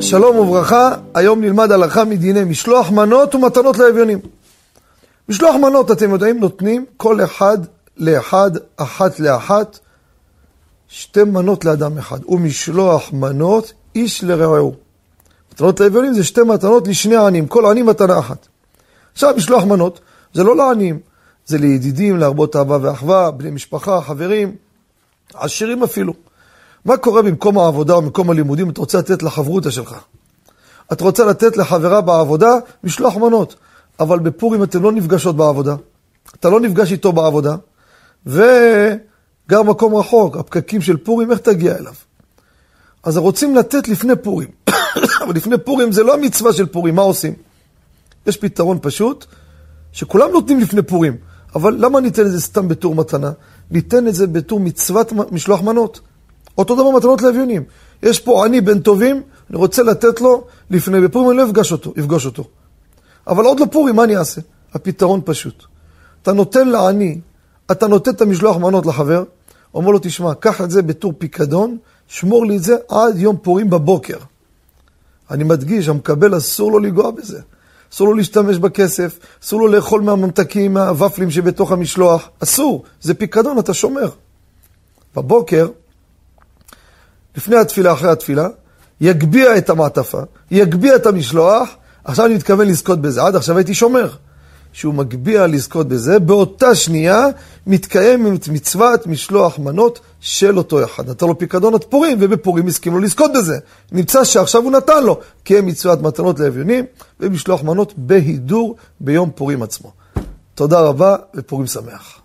שלום וברכה, היום נלמד הלכה מדיני משלוח מנות ומתנות לאביונים. משלוח מנות, אתם יודעים, נותנים כל אחד לאחד, אחת לאחת, 2 מנות לאדם אחד. ומשלוח מנות איש לרעהו. מתנות לאביונים זה 2 מתנות לשני עניים, כל עני מתנה אחת. עכשיו משלוח מנות זה לא לעניים, זה לידידים, להרבות אהבה ואחווה, בני משפחה, חברים, עשירים אפילו. מה קורה במקום העבודה או במקום הלימודים? אתה רוצה לתת לחברותה שלך. אתה רוצה לתת לחברה בעבודה משלוח מנות. אבל בפורים אתם לא נפגשות בעבודה. אתה לא נפגש איתו בעבודה. וגם מקום רחוק, הפקקים של פורים, איך תגיע אליו? אז רוצים לתת לפני פורים. אבל לפני פורים זה לא המצווה של פורים, מה עושים? יש פתרון פשוט, שכולם נותנים לפני פורים. אבל למה ניתן את זה סתם בתור מתנה? ניתן את זה בתור מצוות משלוח מנות. אותו דבר מתנות לאביונים. יש פה עני בן טובים, אני רוצה לתת לו לפני, בפורים אני לא אפגוש אותו. אבל עוד לא פורים, מה אני אעשה? הפתרון פשוט. אתה נותן לעני, אתה נותן את המשלוח מנות לחבר, אומר לו, תשמע, קח את זה בתור פיקדון, שמור לי את זה עד יום פורים בבוקר. אני מדגיש, המקבל אסור לו לגוע בזה. אסור לו להשתמש בכסף, אסור לו לאכול מהממתקים, מהוופלים שבתוך המשלוח. אסור, זה פיקדון, אתה שומר. בבוקר, לפני התפילה, אחרי התפילה, יגביע את המעטפה, יגביע את המשלוח, עכשיו אני מתכוון לזכות בזה. עד עכשיו הייתי שומר. שהוא מגביע לזכות בזה, באותה שנייה מתקיים מצוות משלוח מנות של אותו אחד. נתן לו פיקדון עד פורים, ובפורים הסכים לו לזכות בזה. נמצא שעכשיו הוא נתן לו, כי הם מצוות מתנות לאביונים, ומשלוח מנות בהידור ביום פורים עצמו. תודה רבה ופורים שמח.